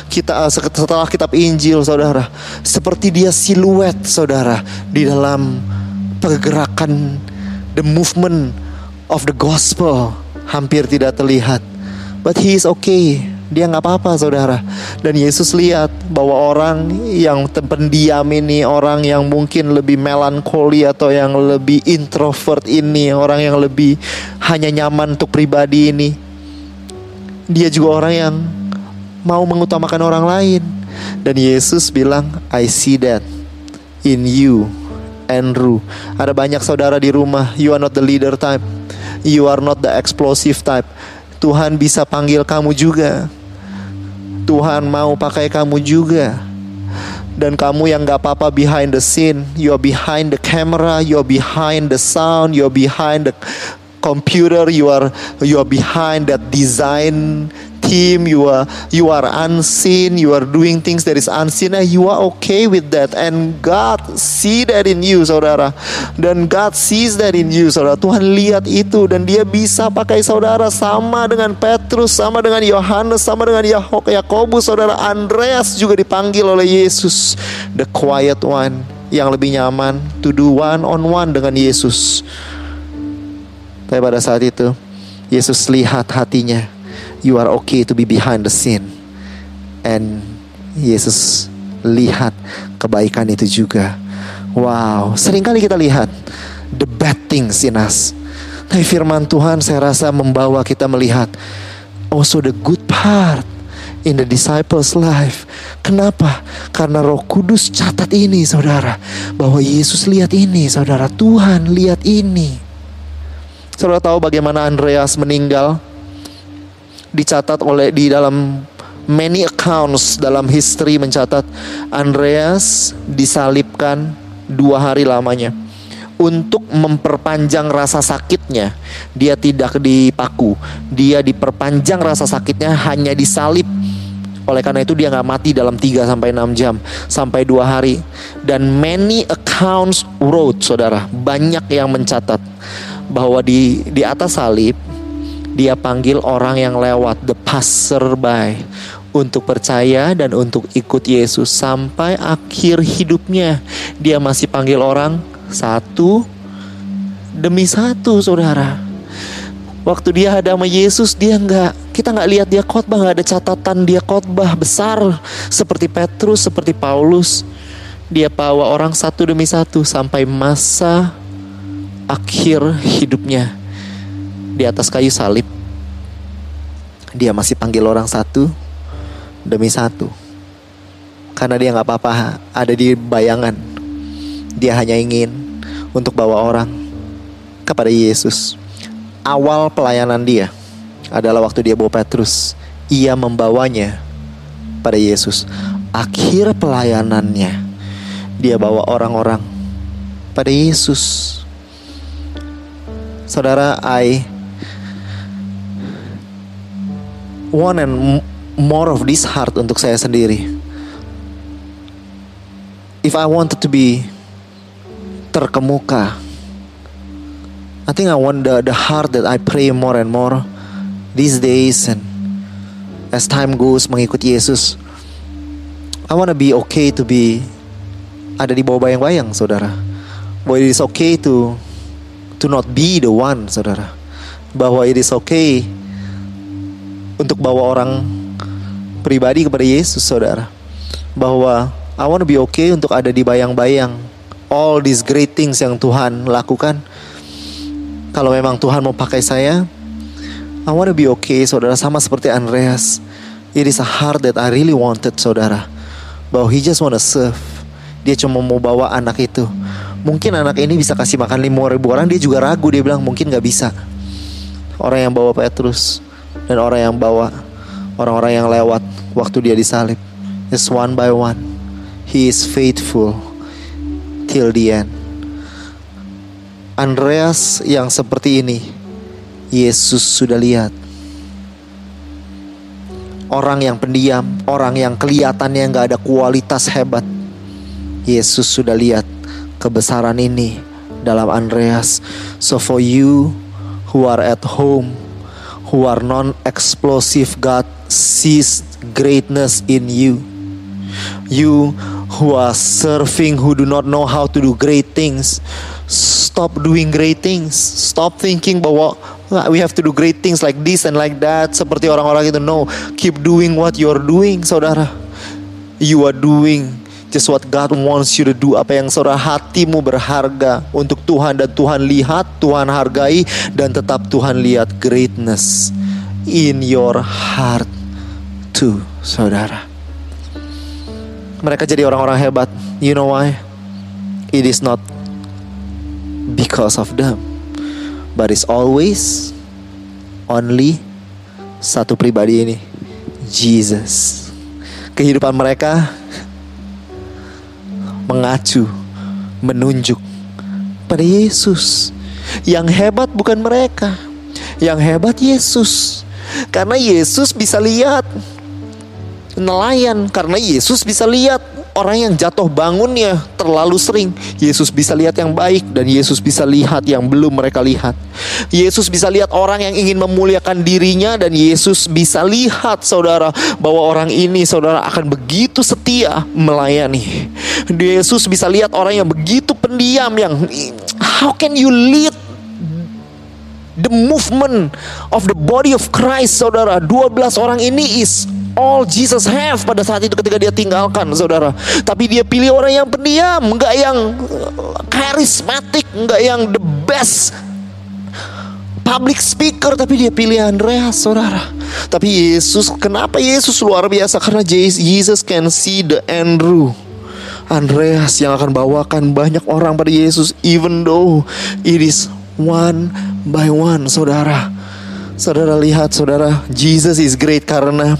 kitab Injil, saudara. Seperti dia siluet, saudara, di dalam pergerakan, the movement of the gospel hampir tidak terlihat. But he is okay. Dia gak apa-apa, saudara. Dan Yesus lihat bahwa orang yang pendiam ini, orang yang mungkin lebih melankoli atau yang lebih introvert ini, orang yang lebih hanya nyaman untuk pribadi ini, dia juga orang yang mau mengutamakan orang lain. Dan Yesus bilang, I see that in you, Andrew. Ada banyak saudara di rumah, you are not the leader type, you are not the explosive type. Tuhan bisa panggil kamu juga. Tuhan mau pakai kamu juga. Dan kamu yang gak apa-apa behind the scene, you are behind the camera, you are behind the sound, you are behind the computer, you are behind that design team, you are unseen, you are doing things that is unseen, and you are okay with that. And God see that in you, saudara. Dan God sees that in you, saudara. Tuhan lihat itu, dan dia bisa pakai saudara, sama dengan Petrus, sama dengan Yohanes, sama dengan Yakobus, saudara. Andreas juga dipanggil oleh Yesus, the quiet one, yang lebih nyaman to do one on one dengan Yesus. Tapi pada saat itu Yesus lihat hatinya. You are okay to be behind the scene. And Yesus lihat kebaikan itu juga. Wow, seringkali kita lihat the bad things in us. Tapi firman Tuhan saya rasa membawa kita melihat also the good part in the disciples' life. Kenapa? Karena Roh Kudus catat ini, saudara. Bahwa Yesus lihat ini, saudara. Tuhan lihat ini. Saudara tahu bagaimana Andreas meninggal? Dicatat di dalam many accounts dalam history mencatat Andreas disalibkan 2 hari lamanya. Untuk memperpanjang rasa sakitnya, dia tidak dipaku, dia diperpanjang rasa sakitnya, hanya disalib. Oleh karena itu dia gak mati dalam 3-6 jam, sampai 2 hari. Dan many accounts wrote, saudara, banyak yang mencatat bahwa di atas salib dia panggil orang yang lewat, the passerby, untuk percaya dan untuk ikut Yesus. Sampai akhir hidupnya dia masih panggil orang satu demi satu, saudara. Waktu dia ada sama Yesus, kita nggak lihat dia khotbah, nggak ada catatan dia khotbah besar seperti Petrus, seperti Paulus. Dia bawa orang satu demi satu sampai masa akhir hidupnya. Di atas kayu salib, dia masih panggil orang satu demi satu. Karena dia gak apa-apa ada di bayangan. Dia hanya ingin untuk bawa orang kepada Yesus. Awal pelayanan dia adalah waktu dia bawa Petrus. Ia membawanya pada Yesus. Akhir pelayanannya, dia bawa orang-orang pada Yesus. Saudara, I want and more of this heart untuk saya sendiri. If I wanted to be terkemuka, I think I want the heart that I pray more and more these days, and as time goes mengikut Yesus. I want to be okay to be ada di bawah bayang-bayang, saudara. Bahwa it is okay to not be the one, saudara. Bahwa it is okay untuk bawa orang pribadi kepada Yesus, saudara. Bahwa I want to be okay untuk ada di bayang-bayang all these great things yang Tuhan lakukan. Kalau memang Tuhan mau pakai saya, I want to be okay, saudara. Sama seperti Andreas, it is a heart that I really wanted, saudara. Bahwa he just want to serve. Dia cuma mau bawa anak itu. Mungkin anak ini bisa kasih makan 5.000 orang. Dia juga ragu, dia bilang mungkin gak bisa. Orang yang bawa Petrus dan orang yang bawa orang-orang yang lewat waktu dia disalib, is one by one. He is faithful till the end. Andreas yang seperti ini, Yesus sudah lihat. Orang yang pendiam, orang yang kelihatannya gak ada kualitas hebat, Yesus sudah lihat kebesaran ini dalam Andreas. So for you who are at home, who are non-explosive, God sees greatness in you. You who are serving, who do not know how to do great things, stop doing great things. Stop thinking bahwa we have to do great things like this and like that, seperti orang-orang itu. No, keep doing what you're doing, saudara. You are doing just what God wants you to do. Apa yang saudara hatimu berharga untuk Tuhan, dan Tuhan lihat, Tuhan hargai, dan tetap Tuhan lihat greatness in your heart too, saudara. Mereka jadi orang-orang hebat. You know why? It is not because of them, but it's always only satu pribadi ini, Jesus. Kehidupan mereka mengacu, menunjuk pada Yesus. Yang hebat bukan mereka, yang hebat Yesus. Karena Yesus bisa lihat nelayan, karena Yesus bisa lihat orang yang jatuh bangunnya terlalu sering. Yesus bisa lihat yang baik, dan Yesus bisa lihat yang belum mereka lihat. Yesus bisa lihat orang yang ingin memuliakan dirinya, dan Yesus bisa lihat, saudara, bahwa orang ini, saudara, akan begitu setia melayani. Yesus bisa lihat orang yang begitu pendiam, yang how can you lead the movement of the body of Christ, saudara? 12 orang ini is all Jesus have pada saat itu ketika dia tinggalkan, saudara. Tapi dia pilih orang yang pendiam, enggak yang charismatic, enggak yang the best public speaker, tapi dia pilih Andreas, saudara. Tapi Yesus, kenapa Yesus luar biasa? Karena Jesus can see the Andrew, Andreas, yang akan bawakan banyak orang pada Yesus, even though it is one by one, saudara. Saudara lihat, saudara, Jesus is great karena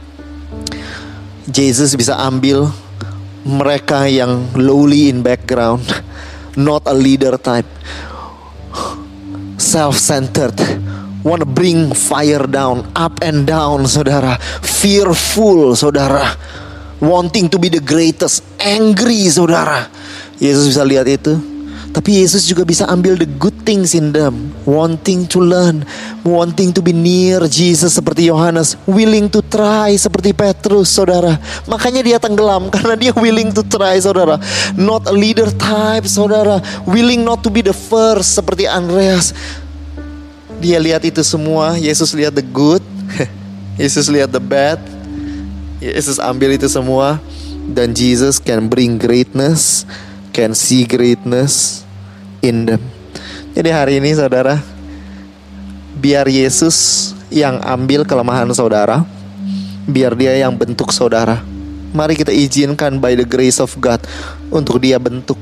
Jesus bisa ambil mereka yang lowly in background, not a leader type, self-centered, wanna bring fire down, up and down, saudara, fearful, saudara, wanting to be the greatest, angry, saudara. Yesus bisa lihat itu. Tapi Yesus juga bisa ambil the good things in them, wanting to learn, wanting to be near Jesus seperti Yohanes, willing to try seperti Petrus, saudara. Makanya dia tenggelam, karena dia willing to try, saudara. Not a leader type, saudara. Willing not to be the first seperti Andreas. Dia lihat itu semua. Yesus lihat the good, Yesus lihat the bad. Yesus ambil itu semua, dan Jesus can bring greatness, can see greatness in them. Jadi hari ini, saudara, biar Yesus yang ambil kelemahan saudara, biar dia yang bentuk saudara. Mari kita izinkan by the grace of God untuk dia bentuk.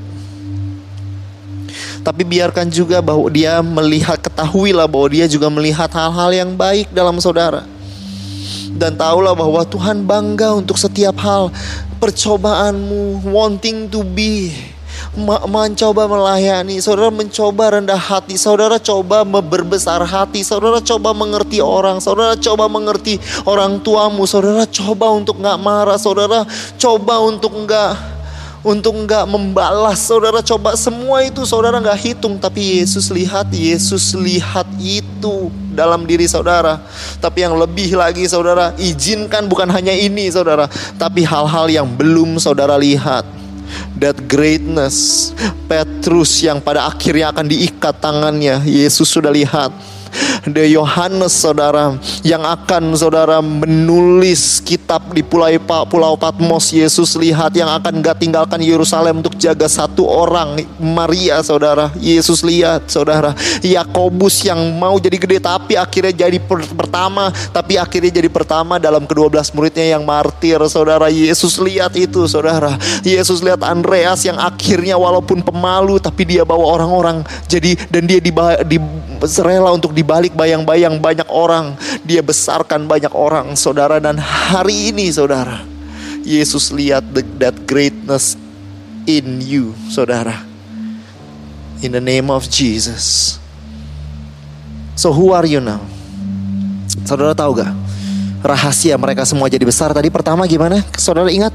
Tapi biarkan juga bahwa dia melihat, ketahuilah bahwa dia juga melihat hal-hal yang baik dalam saudara. Dan tahulah bahwa Tuhan bangga untuk setiap hal. Percobaanmu, wanting to be, mencoba melayani, saudara mencoba rendah hati, saudara coba berbesar hati, saudara coba mengerti orang, saudara coba mengerti orang tuamu, saudara coba untuk gak marah, saudara coba untuk gak membalas, saudara coba semua itu, saudara gak hitung. Tapi Yesus lihat itu dalam diri saudara. Tapi yang lebih lagi, saudara, izinkan bukan hanya ini, saudara, tapi hal-hal yang belum saudara lihat. That greatness, Petrus yang pada akhirnya akan diikat tangannya, Yesus sudah lihat. The Yohanes, saudara, yang akan saudara menulis kitab di Pulau Patmos, Yesus lihat. Yang akan gak tinggalkan Yerusalem untuk jaga satu orang, Maria, saudara, Yesus lihat, saudara. Yakobus yang mau jadi gede tapi akhirnya jadi pertama, tapi akhirnya jadi pertama dalam ke-12 muridnya yang martir, saudara. Yesus lihat itu, saudara. Yesus lihat Andreas yang akhirnya walaupun pemalu tapi dia bawa orang-orang jadi, dan dia rela untuk dibalik bayang-bayang banyak orang. Dia besarkan banyak orang, saudara. Dan hari ini, saudara, Yesus lihat that greatness in you, saudara. In the name of Jesus. So who are you now? Saudara tahu gak rahasia mereka semua jadi besar tadi? Pertama gimana? Saudara ingat?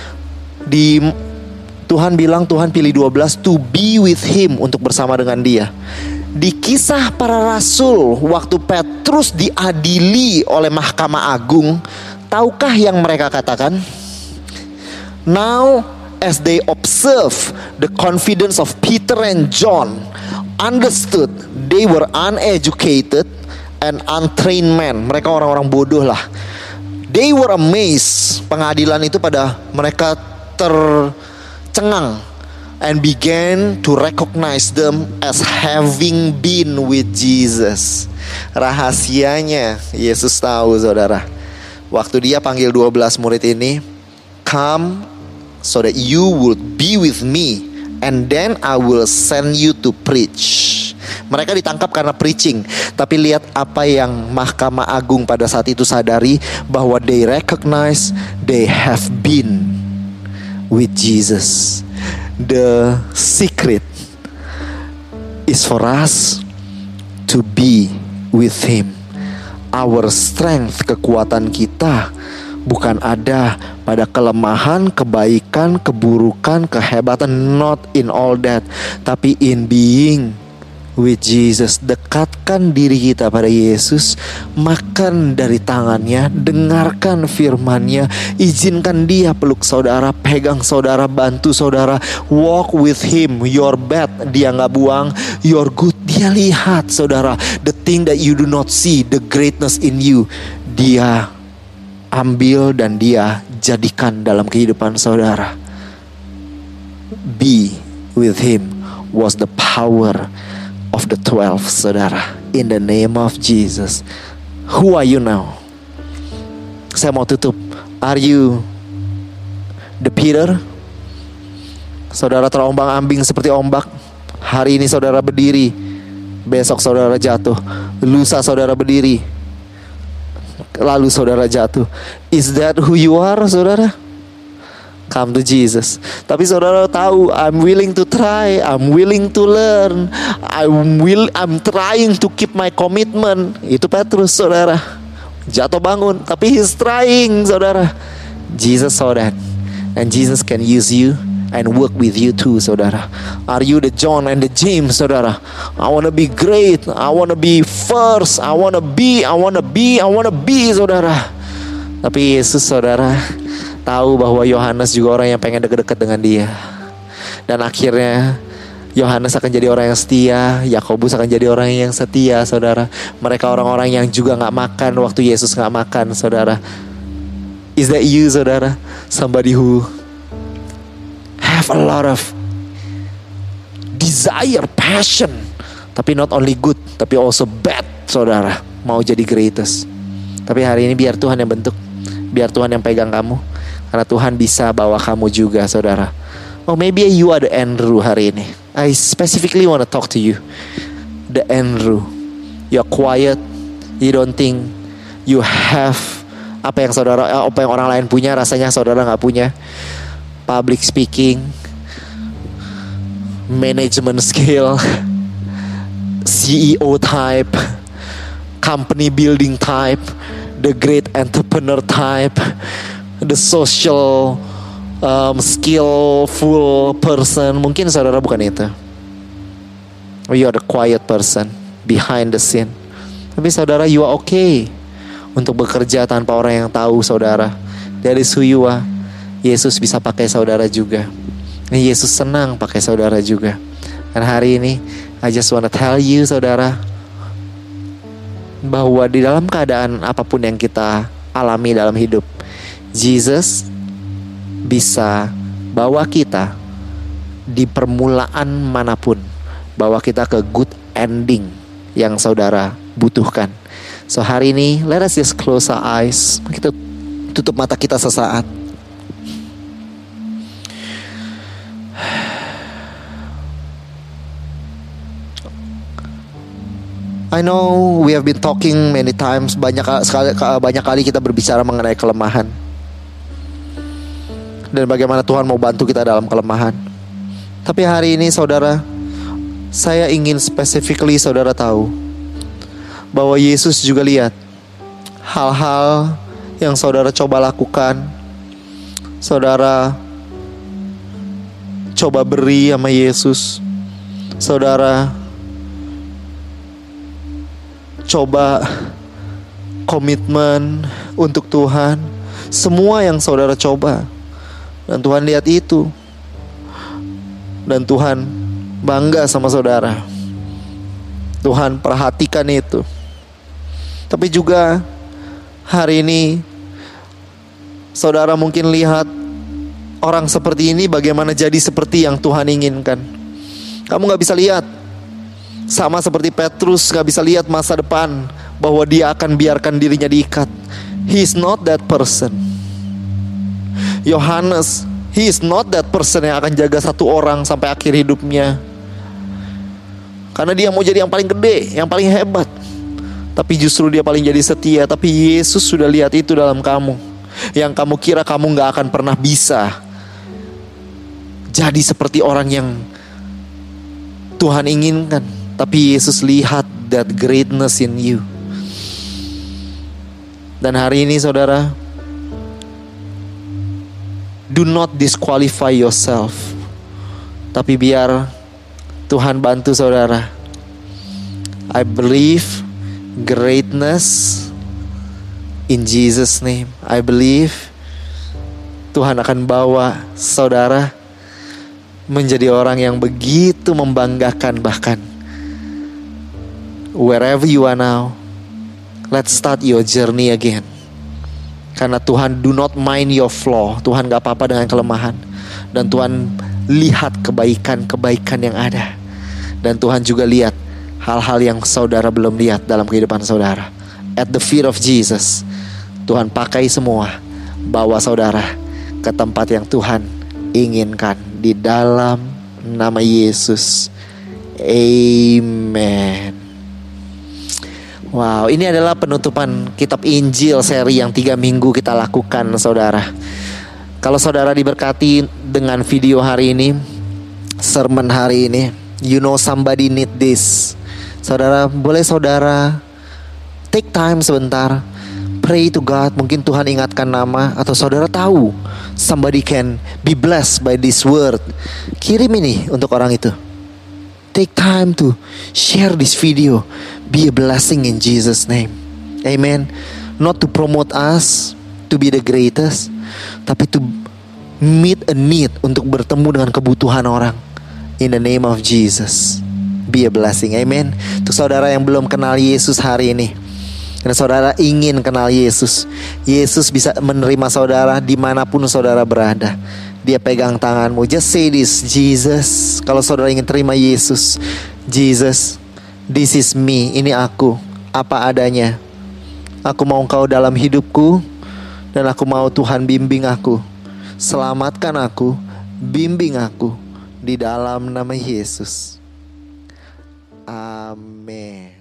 Tuhan bilang Tuhan pilih 12 to be with him, untuk bersama dengan dia. Di Kisah Para Rasul, waktu Petrus diadili oleh Mahkamah Agung, tahukah yang mereka katakan? Now as they observe the confidence of Peter and John, understood they were uneducated and untrained men. Mereka orang-orang bodoh lah. They were amazed. Pengadilan itu pada mereka tercengang. And began to recognize them as having been with Jesus. Rahasianya Yesus tahu, saudara. Waktu dia panggil 12 murid ini, come so that you would be with me, and then I will send you to preach. Mereka ditangkap karena preaching. Tapi lihat apa yang Mahkamah Agung pada saat itu sadari, bahwa they recognize they have been with Jesus. The secret is for us to be with him. Our strength, kekuatan kita bukan ada pada kelemahan, kebaikan, keburukan, kehebatan. Not in all that, tapi in being with Jesus. Dekatkan diri kita pada Yesus, makan dari tangannya, dengarkan firman-Nya, izinkan dia peluk saudara, pegang saudara, bantu saudara. Walk with him. Your bad dia gak buang, your good dia lihat, saudara. The thing that you do not see, the greatness in you, dia ambil dan dia jadikan dalam kehidupan saudara. Be with him was the power of the 12, saudara. In the name of Jesus. Who are you now? Saya mau tutup. Are you the Peter? Saudara terombang ambing seperti ombak. Hari ini saudara berdiri, besok saudara jatuh. Lusa saudara berdiri, lalu saudara jatuh. Is that who you are, saudara? Come to Jesus. Tapi saudara tahu, I'm willing to try, I'm willing to learn, I'm trying to keep my commitment. Itu Petrus, saudara. Jatuh bangun, tapi he's trying, saudara. Jesus saw that, and Jesus can use you and work with you too, saudara. Are you the John and the James, saudara? I want to be great, I want to be first, I want to be, saudara. Tapi Yesus, saudara, tahu bahwa Yohanes juga orang yang pengen deket-deket dengan dia. Dan akhirnya Yohanes akan jadi orang yang setia, Yakobus akan jadi orang yang setia, saudara. Mereka orang-orang yang juga gak makan waktu Yesus gak makan, saudara. Is that you, saudara? Somebody who have a lot of desire, passion, tapi not only good, tapi also bad, saudara. Mau jadi greatest. Tapi hari ini biar Tuhan yang bentuk, biar Tuhan yang pegang kamu. Karena Tuhan bisa bawa kamu juga, saudara. Oh, maybe you are the Andrew hari ini. I specifically want to talk to you. The Andrew. You're quiet. You don't think you have apa yang orang lain punya, rasanya saudara gak punya. Public speaking, management skill, CEO type, company building type, the great entrepreneur type, the social skillful person. Mungkin saudara bukan itu. You are the quiet person behind the scene. Tapi saudara, you are okay untuk bekerja tanpa orang yang tahu, saudara. That is who you are. Yesus bisa pakai saudara juga. Yesus senang pakai saudara juga. Dan hari ini I just wanna tell you, saudara, bahwa di dalam keadaan apapun yang kita alami dalam hidup, Jesus bisa bawa kita di permulaan manapun, bawa kita ke good ending yang saudara butuhkan. So hari ini let us just close our eyes. Kita tutup mata kita sesaat. I know we have been talking many times. Banyak kali kita berbicara mengenai kelemahan dan bagaimana Tuhan mau bantu kita dalam kelemahan. Tapi hari ini saudara, saya ingin specifically saudara tahu bahwa Yesus juga lihat hal-hal yang saudara coba lakukan. Saudara coba beri sama Yesus. Saudara coba komitmen untuk Tuhan. Semua yang saudara coba, dan Tuhan lihat itu, dan Tuhan bangga sama saudara. Tuhan perhatikan itu. Tapi juga hari ini saudara mungkin lihat orang seperti ini bagaimana jadi seperti yang Tuhan inginkan. Kamu gak bisa lihat, sama seperti Petrus gak bisa lihat masa depan, bahwa dia akan biarkan dirinya diikat. He is not that person. Yohanes, he is not that person yang akan jaga satu orang sampai akhir hidupnya, karena dia mau jadi yang paling gede, yang paling hebat. Tapi justru dia paling jadi setia. Tapi Yesus sudah lihat itu dalam kamu, yang kamu kira kamu gak akan pernah bisa jadi seperti orang yang Tuhan inginkan. Tapi Yesus lihat that greatness in you. Dan hari ini saudara, do not disqualify yourself, tapi biar Tuhan bantu saudara. I believe greatness in Jesus name. I believe Tuhan akan bawa saudara menjadi orang yang begitu membanggakan. Bahkan wherever you are now, let's start your journey again. Karena Tuhan do not mind your flaw. Tuhan gak apa-apa dengan kelemahan. Dan Tuhan lihat kebaikan-kebaikan yang ada. Dan Tuhan juga lihat hal-hal yang saudara belum lihat dalam kehidupan saudara. At the feet of Jesus, Tuhan pakai semua, bawa saudara ke tempat yang Tuhan inginkan. Di dalam nama Yesus, amen. Wow, ini adalah penutupan kitab Injil seri yang 3 minggu kita lakukan, saudara. Kalau saudara diberkati dengan video hari ini, sermon hari ini, you know somebody need this. Saudara, boleh saudara take time sebentar, pray to God. Mungkin Tuhan ingatkan nama, atau saudara tahu somebody can be blessed by this word. Kirim ini untuk orang itu. Take time to share this video. Be a blessing in Jesus' name. Amen. Not to promote us to be the greatest, tapi to meet a need, untuk bertemu dengan kebutuhan orang. In the name of Jesus, be a blessing. Amen. Untuk saudara yang belum kenal Yesus hari ini, dan saudara ingin kenal Yesus, Yesus bisa menerima saudara dimanapun saudara berada. Dia pegang tanganmu. Just say this, Jesus. Kalau saudara ingin terima Yesus, Jesus, this is me. Ini aku, apa adanya. Aku mau Engkau dalam hidupku, dan aku mau Tuhan bimbing aku Selamatkan aku, bimbing aku di dalam nama Yesus. Amin.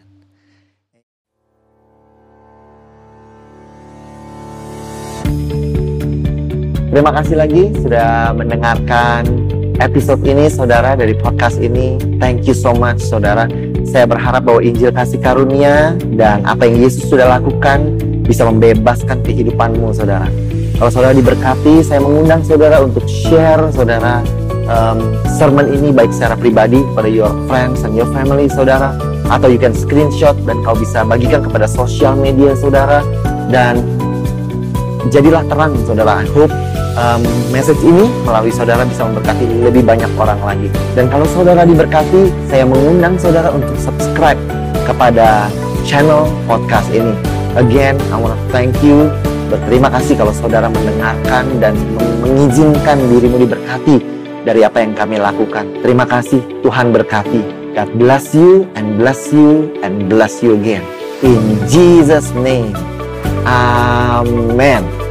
Terima kasih lagi sudah mendengarkan episode ini saudara dari podcast ini. Thank you so much saudara. Saya berharap bahwa Injil kasih karunia dan apa yang Yesus sudah lakukan bisa membebaskan kehidupanmu saudara. Kalau saudara diberkati, saya mengundang saudara untuk share saudara sermon ini baik secara pribadi kepada your friends and your family saudara, atau you can screenshot dan kau bisa bagikan kepada sosial media saudara. Dan jadilah terang saudara. I hope message ini melalui saudara bisa memberkati lebih banyak orang lagi. Dan kalau saudara diberkati, saya mengundang saudara untuk subscribe kepada channel podcast ini. Again, I want to thank you. Berterima kasih kalau saudara mendengarkan dan mengizinkan dirimu diberkati dari apa yang kami lakukan. Terima kasih, Tuhan berkati. God bless you and bless you and bless you again. In Jesus' name. Amen.